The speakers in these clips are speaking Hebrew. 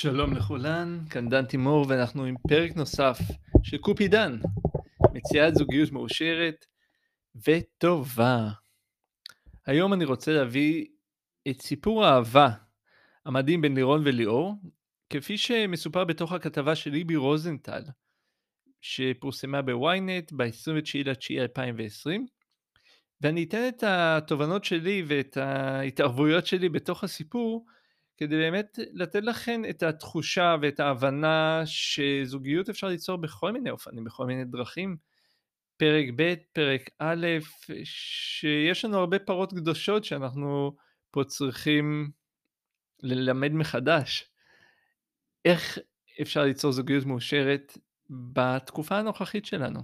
שלום לכולן, כאן דן תימור ואנחנו עם פרק נוסף של קופידן, מציאת זוגיות מאושרת וטובה. היום אני רוצה להביא את סיפור האהבה המדהים בין לירון וליאור, כפי שמסופר בתוך הכתבה של ליבי רוזנטל, שפורסמה בוויינט ב-29.9.2020, ואני אתן את התובנות שלי ואת ההתערבויות שלי בתוך הסיפור, כדי באמת לתת לכם את התחושה ואת ההבנה שזוגיות אפשר ליצור בכל מיני אופנים, בכל מיני דרכים. פרק ב', פרק א', שיש לנו הרבה פרות קדושות שאנחנו פה צריכים ללמד מחדש. איך אפשר ליצור זוגיות מאושרת בתקופה הנוכחית שלנו.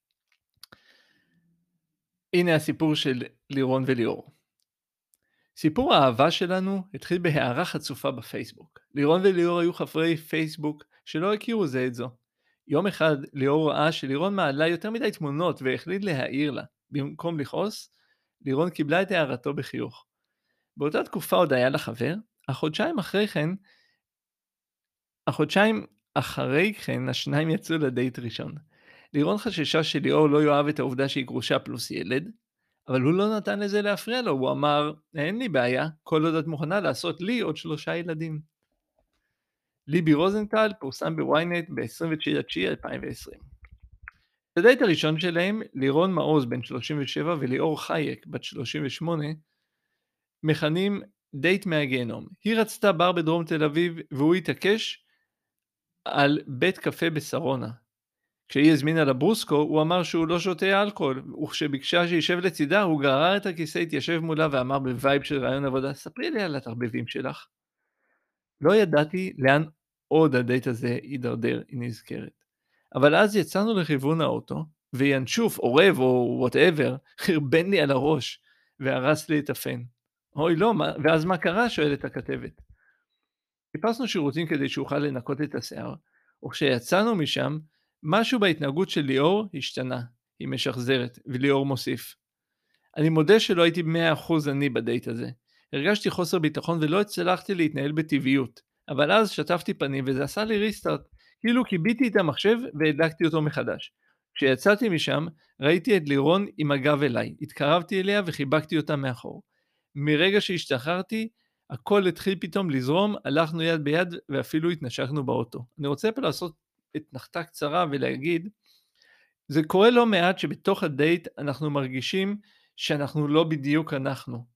הנה הסיפור של לירון וליאור. סיפור האהבה שלנו התחיל בהערה חצופה בפייסבוק. לירון וליאור היו חברי פייסבוק שלא הכירו זה את זו. יום אחד ליאור ראה שלירון מעלה יותר מדי תמונות והחליט להעיר לה. במקום לכעוס, לירון קיבלה את הערתו בחיוך. באותה תקופה עוד היה לה חבר, החודשיים אחרי כן השניים יצאו לדייט ראשון. לירון חששה שליאור לא יאהב את העובדה שהיא גרושה פלוס ילד, אבל הוא לא נתן לזה להפריע לו, הוא אמר, אין לי בעיה, כל עוד את מוכנה לעשות לי עוד 3 ילדים. ליבי רוזנטל פורסם בוויינט ב-29.9.2020. בדייט הראשון שלהם, לירון מעוז בן 37 וליאור חייק בת 38, מכנים דייט מהגיהנום. היא רצתה בר בדרום תל אביב והוא התעקש על בית קפה בשרונה. כשהיא הזמינה לברוסקו, הוא אמר שהוא לא שותה אלכוהול, וכשביקשה שישב לצידה, הוא גרר את הכיסא, התיישב מולה ואמר בווייב של רעיון עבודה, ספרי לי על התרבבים שלך. לא ידעתי לאן עוד הדייט הזה יידרדר, היא נזכרת. אבל אז יצאנו לכיוון האוטו, וינשוף, עורב או וואטאבר, חרבן לי על הראש, והרס לי את הפן. אוי לא, ואז מה קרה? שואלת הכתבת. חיפשנו שירותים כדי שאוכל לנקות את השיער, וכשיצאנו משם, משהו בהתנהגות של ליאור השתנה, היא משחזרת, וליאור מוסיף. אני מודה שלא הייתי 100% אני בדייט הזה. הרגשתי חוסר ביטחון ולא הצלחתי להתנהל בטבעיות, אבל אז שטפתי פנים וזה עשה לי ריסטארט, כאילו קיביתי את המחשב והדלקתי אותו מחדש. כשיצאתי משם, ראיתי את לירון עם הגב אליי, התקרבתי אליה וחיבקתי אותה מאחור. מרגע שהשתחררתי, הכל התחיל פתאום לזרום, הלכנו יד ביד ואפילו התנשקנו באוטו. אני רוצה פה לעשות אתנחתה קצרה ולהגיד, זה קורה לא מעט שבתוך הדייט אנחנו מרגישים שאנחנו לא בדיוק אנחנו.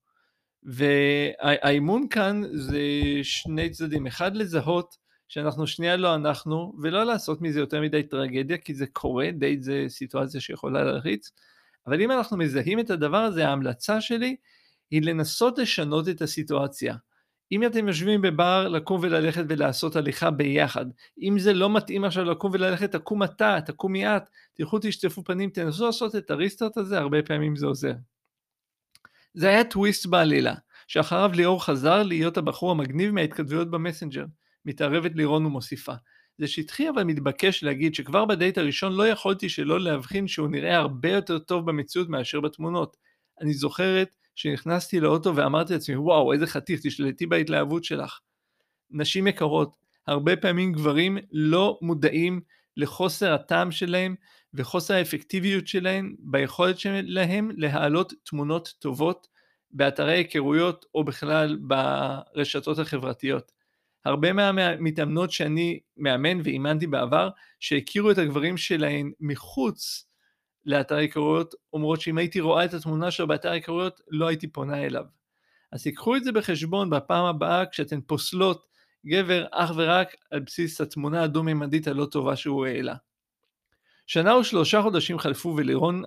והאימון כאן זה שני צדדים, אחד לזהות שאנחנו שנייה לא אנחנו, ולא לעשות מזה יותר מדי טרגדיה, כי זה קורה, דייט זה סיטואציה שיכולה להלחיץ, אבל אם אנחנו מזהים את הדבר הזה, ההמלצה שלי היא לנסות לשנות את הסיטואציה. אם אתם יושבים בבר, לקום וללכת ולעשות הליכה ביחד. אם זה לא מתאים עכשיו לקום וללכת, תקום אתה, תקומי את, תלכו תשטפו פנים, תנסו לעשות את הריסטארט הזה, הרבה פעמים זה עוזר. זה היה טוויסט בעלילה, שאחריו ליאור חזר להיות הבחור המגניב מההתכתבויות במסנג'ר, מתערבת לירון ומוסיפה. זה שטחי אבל מתבקש להגיד שכבר בדייט הראשון לא יכולתי שלא להבחין שהוא נראה הרבה יותר טוב במציאות מאשר בתמונות. אני זוכרת שנכנסתי לאוטו ואמרתי לעצמי, וואו, איזה חתיך, תשלטי בהתלהבות שלך. נשים יקרות, הרבה פעמים גברים לא מודעים לחוסר הטעם שלהם וחוסר האפקטיביות שלהם ביכולת שלהם להעלות תמונות טובות באתרי היכרויות או בכלל ברשתות החברתיות. הרבה מהמתאמנות שאני מאמן ואימנתי בעבר, שהכירו את הגברים שלהם מחוץ לאתר היכרויות, אומרות שאם הייתי רואה את התמונה שלו באתר היכרויות, לא הייתי פונה אליו. אז תיקחו את זה בחשבון בפעם הבאה, כשאתן פוסלות גבר אך ורק על בסיס התמונה הדו-ממדית הלא טובה שהוא העלה. 1 ו3 חודשים חלפו ולירון,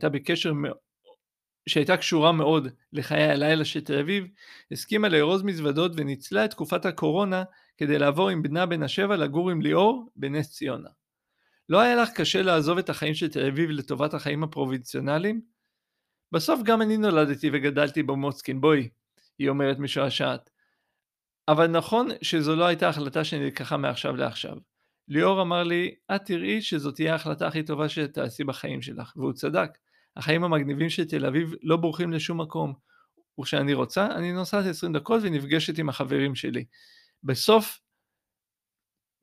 שהייתה קשורה מאוד לחיי הלילה של תל אביב, הסכימה לארוז מזוודות וניצלה את תקופת הקורונה כדי לעבור עם בנה בן 7 לגור עם ליאור בנס ציונה. לא היה לך קשה לעזוב את החיים של תל אביב לטובת החיים הפרובינציונליים? בסוף גם אני נולדתי וגדלתי במוצקין, בואי, היא אומרת משועשעת. אבל נכון שזו לא הייתה החלטה שנלקחה מעכשיו לעכשיו. ליאור אמר לי, את תראי שזו תהיה ההחלטה הכי טובה שתעשי בחיים שלך, והוא צדק. החיים המגניבים של תל אביב לא בורחים לשום מקום, וכשאני רוצה, אני נוסעת 20 דקות ונפגשת עם החברים שלי. בסוף,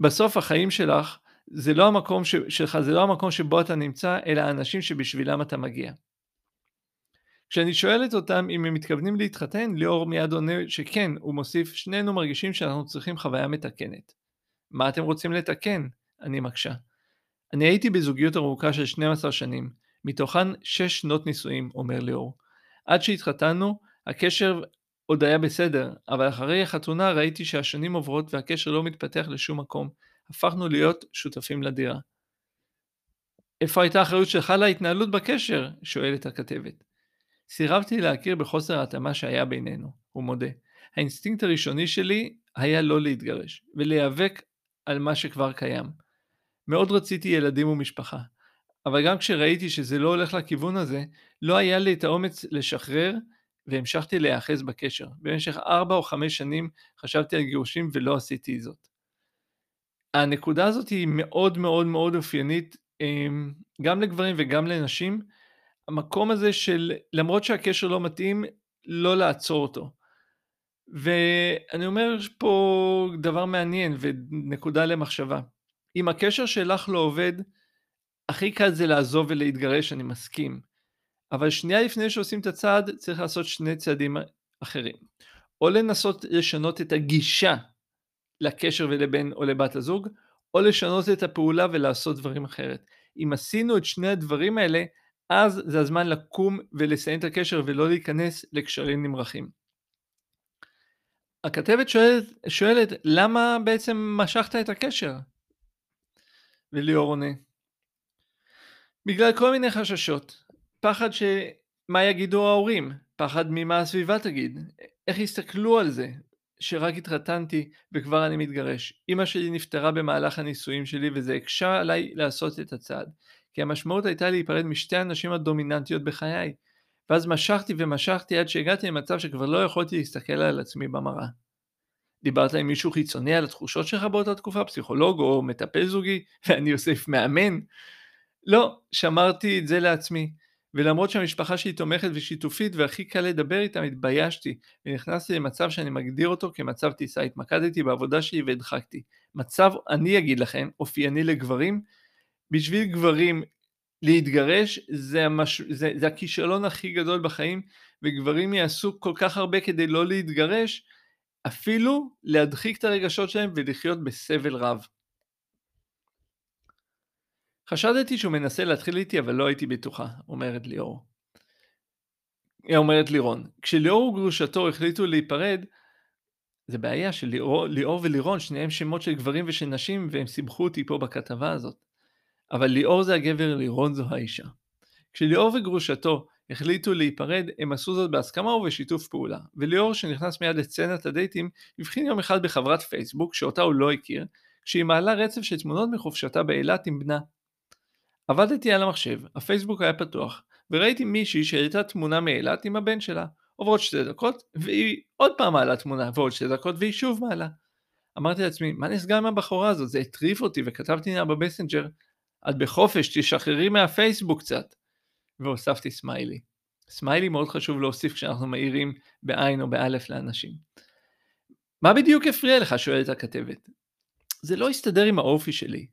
בסוף החיים שלך, שלך זה לא המקום שבו אתה נמצא, אלא האנשים שבשבילם אתה מגיע. כשאני שואלת אותם אם הם מתכוונים להתחתן, ליאור מיד עונה שכן, הוא מוסיף, שנינו מרגישים שאנחנו צריכים חוויה מתקנת. מה אתם רוצים לתקן? אני מקשה. אני הייתי בזוגיות ארוכה של 12 שנים, מתוכן 6 שנות נישואים, אומר ליאור. עד שהתחתנו, הקשר עוד היה בסדר, אבל אחרי החתונה ראיתי שהשנים עוברות והקשר לא מתפתח לשום מקום. הפכנו להיות שותפים לדירה. איפה הייתה האחריות שלך להתנהלות בקשר? שואלת הכתבת. סירבתי להכיר בחוסר ההתאמה שהיה בינינו, הוא מודה. האינסטינקט הראשוני שלי היה לא להתגרש, ולהיאבק על מה שכבר קיים. מאוד רציתי ילדים ומשפחה, אבל גם כשראיתי שזה לא הולך לכיוון הזה, לא היה לי את האומץ לשחרר, והמשכתי להיאחז בקשר. במשך 4 או 5 שנים חשבתי על גירושים ולא עשיתי זאת. הנקודה הזאת היא מאוד מאוד מאוד אופיינית, גם לגברים וגם לנשים, המקום הזה של למרות שהקשר לא מתאים, לא לעצור אותו. ואני אומר פה דבר מעניין ונקודה למחשבה. אם הקשר שלך לא עובד, הכי קל זה לעזוב ולהתגרש, אני מסכים. אבל שנייה לפני שעושים את הצעד, צריך לעשות 2 צעדים אחרים. או לנסות לשנות את הגישה לקשר ולבן או לבת הזוג, או לשנות את הפעולה ולעשות דברים אחרת. אם עשינו את שני הדברים האלה, אז זה הזמן לקום ולסיים את הקשר ולא להיכנס לקשרים נמרחים. הכתבת שואלת למה בעצם משכת את הקשר? וליאור עונה. בגלל כל מיני חששות. פחד שמה יגידו ההורים, פחד ממה הסביבה תגיד, איך יסתכלו על זה, שרק התחתנתי וכבר אני מתגרש. אמא שלי נפטרה במהלך הנישואים שלי וזה הקשה עליי לעשות את הצעד, כי המשמעות הייתה להיפרד משתי הנשים הדומיננטיות בחיי, ואז משכתי ומשכתי עד שהגעתי למצב שכבר לא יכולתי להסתכל על עצמי במראה. דיברת עם מישהו חיצוני על התחושות שלך באותה תקופה, פסיכולוג או מטפל זוגי, ואני אוסיף מאמן? לא, שמרתי את זה לעצמי, ולמרות שהמשפחה שלי תומכת ושיתופית והכי קל לדבר איתם, התביישתי, ונכנסתי למצב שאני מגדיר אותו כמצב טיסה, התמקדתי בעבודה שלי והדחקתי. מצב, אני אגיד לכם, אופייני לגברים, בשביל גברים להתגרש זה הכישלון הכי גדול בחיים, וגברים יעשו כל כך הרבה כדי לא להתגרש, אפילו להדחיק את הרגשות שלהם ולחיות בסבל רב. חשדתי שהוא מנסה להתחיל איתי, אבל לא הייתי בטוחה, אומרת ליאור. אומרת לירון. כשליאור וגרושתו החליטו להיפרד, זה בעיה שליאור ולירון, שניהם שמות של גברים ושל נשים, והם סיבכו אותי פה בכתבה הזאת. אבל ליאור זה הגבר, לירון זו האישה. כשליאור וגרושתו החליטו להיפרד, הם עשו זאת בהסכמה ובשיתוף פעולה. וליאור, שנכנס מיד לסצנת הדייטים, הבחין יום אחד בחברת פייסבוק, שאותה הוא לא הכיר, כשהיא מעלה רצף של תמונות מחופשתה באילת עם בנה. עבדתי על המחשב, הפייסבוק היה פתוח, וראיתי מישהי שהעלתה תמונה מאילת עם הבן שלה. עוברות 2 דקות, והיא עוד פעם מעלה תמונה, ועוד 2 דקות, והיא שוב מעלה. אמרתי לעצמי, מה נסגר עם הבחורה הזאת? זה הטריף אותי, וכתבתי לה במסנג'ר, את בחופש, תשחררי מהפייסבוק קצת. והוספתי סמיילי. סמיילי מאוד חשוב להוסיף כשאנחנו מאירים בעין או באלף לאנשים. מה בדיוק הפריע לך? שואלת הכתבת. זה לא הסתדר עם האופי שלי.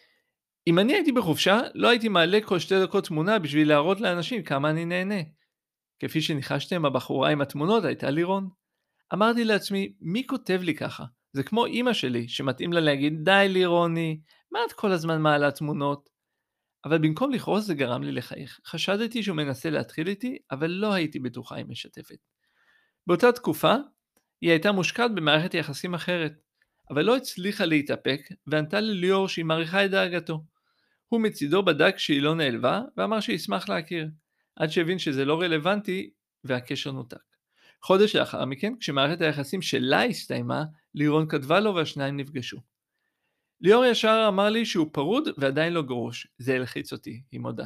אם אני הייתי בחופשה, לא הייתי מעלה כל 2 דקות תמונה בשביל להראות לאנשים כמה אני נהנה. כפי שניחשתם, הבחורה עם התמונות הייתה לירון. אמרתי לעצמי, מי כותב לי ככה? זה כמו אמא שלי, שמתאים לה להגיד, די לירוני, מה את כל הזמן מעלה תמונות? אבל במקום לכעוס זה גרם לי לחייך. חשדתי שהוא מנסה להתחיל איתי, אבל לא הייתי בטוחה אם משתפת. באותה תקופה, היא הייתה מושקעת במערכת יחסים אחרת, אבל לא הצליחה להתאפק, וענתה לליאור שהיא מעריכה את דאגתו. הוא מצידו בדק שהיא לא נעלבה, ואמר שישמח להכיר, עד שהבין שזה לא רלוונטי, והקשר נותק. חודש לאחר מכן, כשמערכת היחסים שלה הסתיימה, לירון כתבה לו והשניים נפגשו. ליאור ישר אמר לי שהוא פרוד ועדיין לא גרוש, זה הלחיץ אותי, היא מודה.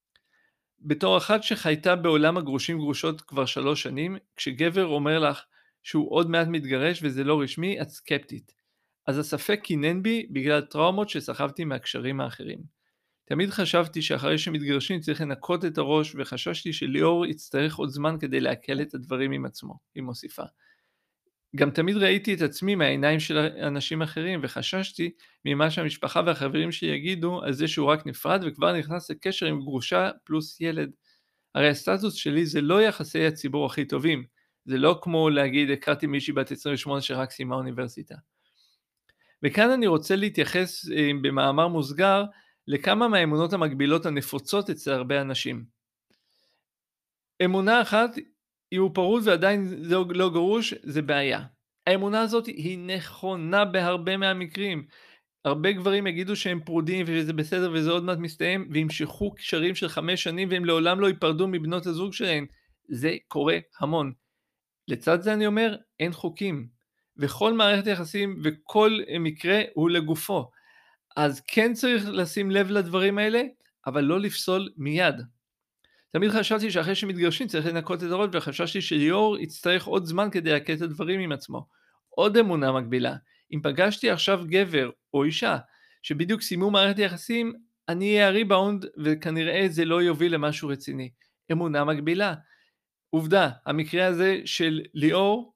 בתור אחת שחייתה בעולם הגרושים גרושות כבר 3 שנים, כשגבר אומר לך שהוא עוד מעט מתגרש וזה לא רשמי, את סקפטית. אז הספק כינן בי בגלל טראומות שסחבתי מהקשרים האחרים. תמיד חשבתי שאחרי שמתגרשים צריך לנקות את הראש, וחששתי שליאור יצטרך עוד זמן כדי להקל את הדברים עם עצמו, היא מוסיפה. גם תמיד ראיתי את עצמי מהעיניים של אנשים אחרים, וחששתי ממה שהמשפחה והחברים שלי יגידו על זה שהוא רק נפרד וכבר נכנס לקשר עם גרושה פלוס ילד. הרי הסטטוס שלי זה לא יחסי הציבור הכי טובים. זה לא כמו להגיד, הכרתי מישהי בת 28 שרק סיימה אוניברסיטה. וכאן אני רוצה להתייחס במאמר מוסגר לכמה מהאמונות המקבילות הנפוצות אצל הרבה אנשים. אמונה אחת, אם הוא פרוד ועדיין זה לא גרוש, זה בעיה. האמונה הזאת היא נכונה בהרבה מהמקרים. הרבה גברים יגידו שהם פרודים וזה בסדר וזה עוד מעט מסתיים, וימשכו קשרים של 5 שנים והם לעולם לא ייפרדו מבנות הזוג שלהם. זה קורה המון. לצד זה אני אומר, אין חוקים. וכל מערכת יחסים וכל מקרה הוא לגופו. אז כן צריך לשים לב לדברים האלה, אבל לא לפסול מיד. תמיד חשבתי שאחרי שמתגרשים צריך לנקות את הראש, וחששתי שליאור יצטרך עוד זמן כדי להקט את הדברים עם עצמו. עוד אמונה מקבילה, אם פגשתי עכשיו גבר או אישה שבדיוק סיימו מערכת יחסים, אני אהיה ריבאונד וכנראה זה לא יוביל למשהו רציני. אמונה מקבילה. עובדה, המקרה הזה של ליאור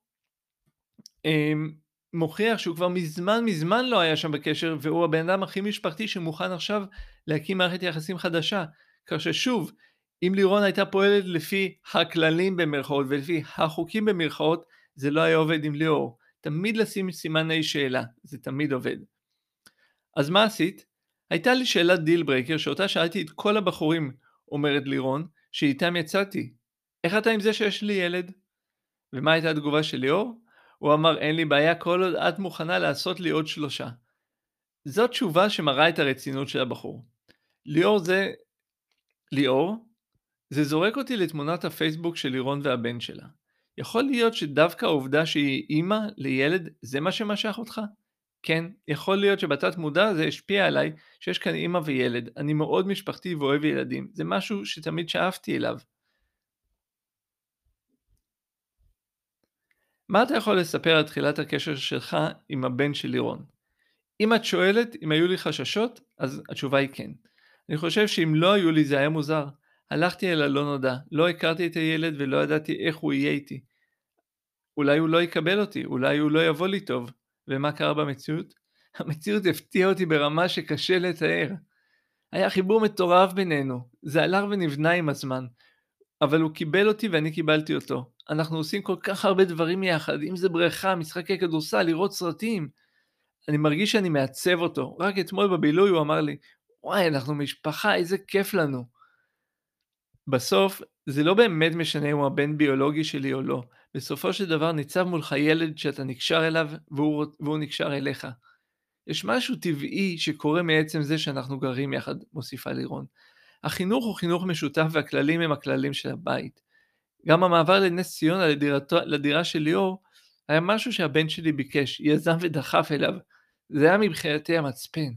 מוכיח שהוא כבר מזמן לא היה שם בקשר, והוא הבן אדם הכי משפחתי שמוכן עכשיו להקים מערכת יחסים חדשה. כך ששוב, אם לירון הייתה פועלת לפי הכללים במרכאות ולפי החוקים במרכאות, זה לא היה עובד עם ליאור. תמיד לשים סימני שאלה, זה תמיד עובד. אז מה עשית? הייתה לי שאלת דיל ברקר שאותה שאלתי את כל הבחורים, אומרת לירון, שאיתם יצאתי. איך אתה עם זה שיש לי ילד? ומה הייתה התגובה של ליאור? הוא אמר, אין לי בעיה, כל עוד את מוכנה לעשות לי עוד 3. זאת תשובה שמראה את הרצינות של הבחור. ליאור, זה זורק אותי לתמונת הפייסבוק של לירון והבן שלה. יכול להיות שדווקא העובדה שהיא אימא לילד, זה מה שמשך אותך? כן, יכול להיות שבתת מודע זה השפיע עליי שיש כאן אימא וילד. אני מאוד משפחתי ואוהב ילדים. זה משהו שתמיד שאפתי אליו. מה אתה יכול לספר על תחילת הקשר שלך עם הבן של לירון? אם את שואלת אם היו לי חששות, אז התשובה היא כן. אני חושב שאם לא היו לי זה היה מוזר. הלכתי אל הלא נודע, לא הכרתי את הילד ולא ידעתי איך הוא יהיה איתי. אולי הוא לא יקבל אותי, אולי הוא לא יבוא לי טוב. ומה קרה במציאות? המציאות הפתיעה אותי ברמה שקשה לתאר. היה חיבור מטורף בינינו, זה הלך ונבנה עם הזמן. אבל הוא קיבל אותי ואני קיבלתי אותו. אנחנו עושים כל כך הרבה דברים יחד, אם זה בריכה, משחקי כדורסל, לראות סרטים. אני מרגיש שאני מעצב אותו. רק אתמול בבילוי הוא אמר לי, וואי, אנחנו משפחה, איזה כיף לנו. בסוף, זה לא באמת משנה אם הוא הבן ביולוגי שלי או לא. בסופו של דבר ניצב מולך ילד שאתה נקשר אליו והוא נקשר אליך. יש משהו טבעי שקורה מעצם זה שאנחנו גרים יחד, מוסיפה לירון. החינוך הוא חינוך משותף והכללים הם הכללים של הבית. גם המעבר לנס ציונה לדירה של ליאור היה משהו שהבן שלי ביקש, יזם ודחף אליו. זה היה מבחינתי המצפן.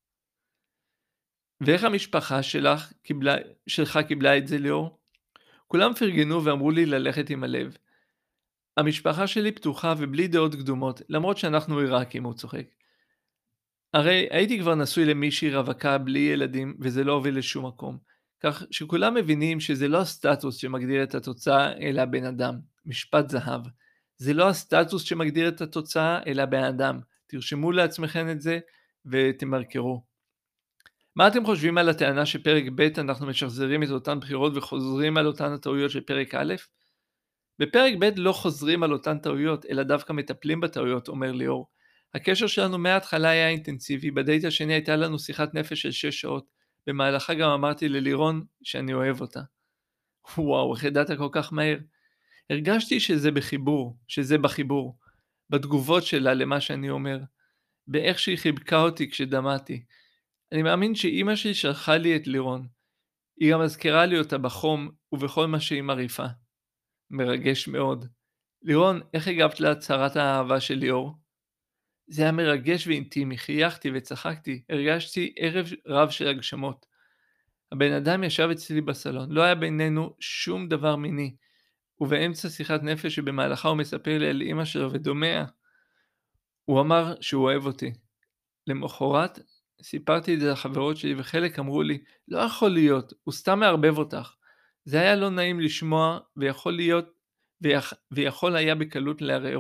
ואיך המשפחה שלך קיבלה את זה, ליאור? כולם פרגנו ואמרו לי ללכת עם הלב. המשפחה שלי פתוחה ובלי דעות קדומות, למרות שאנחנו עיראקים, הוא צוחק. הרי הייתי כבר נשוי למישהי רווקה בלי ילדים, וזה לא הוביל לשום מקום. כך שכולם מבינים שזה לא הסטטוס שמגדיר את התוצאה, אלא בן אדם. משפט זהב. זה לא הסטטוס שמגדיר את התוצאה, אלא בן אדם. תרשמו לעצמכם את זה ותמרקרו. מה אתם חושבים על הטענה שפרק ב' אנחנו משחזרים את אותן בחירות וחוזרים על אותן הטעויות של פרק א'? בפרק ב' לא חוזרים על אותן טעויות, אלא דווקא מטפלים בטעויות, אומר ליאור. הקשר שלנו מההתחלה היה אינטנסיבי, בדייט השני הייתה לנו שיחת נפש של 6 שעות, במהלכה גם אמרתי ללירון שאני אוהב אותה. וואו, איך ידעת כל כך מהר? הרגשתי שזה בחיבור, בתגובות שלה למה שאני אומר, באיך שהיא חיבקה אותי כשדמעתי. אני מאמין שאימא שלי שלחה לי את לירון. היא גם מזכירה לי אותה בחום ובכל מה שהיא מרעיפה. מרגש מאוד. לירון, איך הגבת להצהרת האהבה של ליאור? זה היה מרגש ואינטימי, חייכתי וצחקתי, הרגשתי ערב רב של הגשמות. הבן אדם ישב אצלי בסלון, לא היה בינינו שום דבר מיני, ובאמצע שיחת נפש שבמהלכה הוא מספר לי על אמא שלו ודומע, הוא אמר שהוא אוהב אותי. למחרת סיפרתי את זה לחברות שלי וחלק אמרו לי, לא יכול להיות, הוא סתם מערבב אותך. זה היה לא נעים לשמוע ויכול היה בקלות לערער אותי.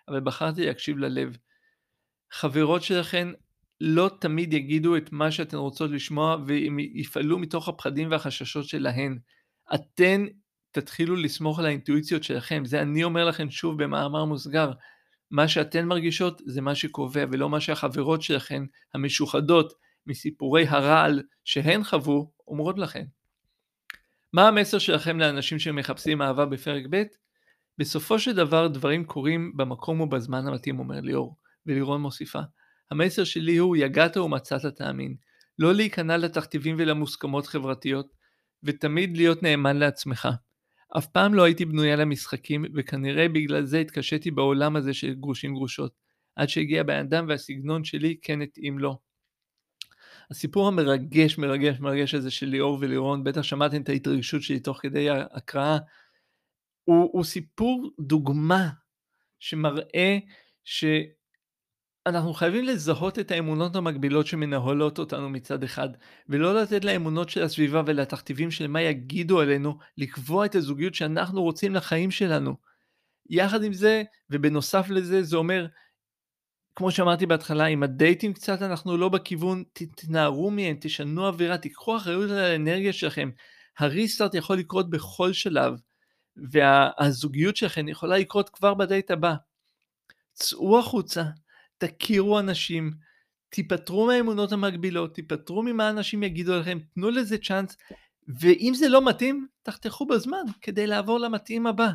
אבל בחרתי להקשיב ללב. חברות שלכן לא תמיד יגידו את מה שאתן רוצות לשמוע, והם יפעלו מתוך הפחדים והחששות שלהן. אתן תתחילו לסמוך על האינטואיציות שלכם, זה אני אומר לכם שוב במאמר מוסגר, מה שאתן מרגישות זה מה שקובע, ולא מה שהחברות שלכן המשוחדות מסיפורי הרעל שהן חוו אומרות לכן. מה המסר שלכם לאנשים שמחפשים אהבה בפרק ב'? בסופו של דבר דברים קורים במקום ובזמן המתאים, אומר ליאור, ולירון מוסיפה. המסר שלי הוא יגעת ומצאת תאמין. לא להיכנע לתכתיבים ולמוסכמות חברתיות, ותמיד להיות נאמן לעצמך. אף פעם לא הייתי בנויה למשחקים, וכנראה בגלל זה התקשיתי בעולם הזה של גרושים גרושות. עד שהגיע בן אדם והסגנון שלי כן התאים לו. הסיפור המרגש הזה של ליאור ולירון, בטח שמעתם את ההתרגשות שלי תוך כדי ההקראה, הוא סיפור דוגמה שמראה שאנחנו חייבים לזהות את האמונות המקבילות שמנהלות אותנו מצד אחד, ולא לתת לאמונות של הסביבה ולתכתיבים של מה יגידו עלינו, לקבוע את הזוגיות שאנחנו רוצים לחיים שלנו. יחד עם זה, ובנוסף לזה, זה אומר, כמו שאמרתי בהתחלה, אם הדייטים קצת אנחנו לא בכיוון, תנערו מהם, תשנו אווירה, תיקחו אחריות על האנרגיה שלכם. הריסטארט יכול לקרות בכל שלב, והזוגיות שלכם יכולה לקרות כבר בדייט הבא. צאו החוצה, תכירו אנשים, תיפטרו מהאמונות המקבילות, תיפטרו ממה אנשים יגידו עליכם, תנו לזה צ'אנס, ואם זה לא מתאים, תחתכו בזמן כדי לעבור למתאים הבא.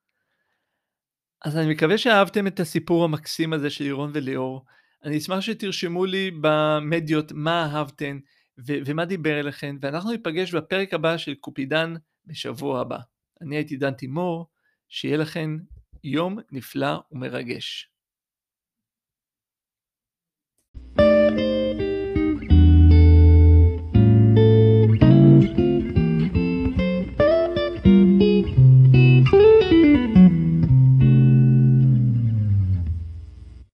אז אני מקווה שאהבתם את הסיפור המקסים הזה של לירון וליאור. אני אשמח שתרשמו לי במדיות מה אהבתם ומה דיבר אליכם, ואנחנו ניפגש בפרק הבא של קופידן בשבוע הבא. אני הייתי דן תימור, שיהיה לכם יום נפלא ומרגש.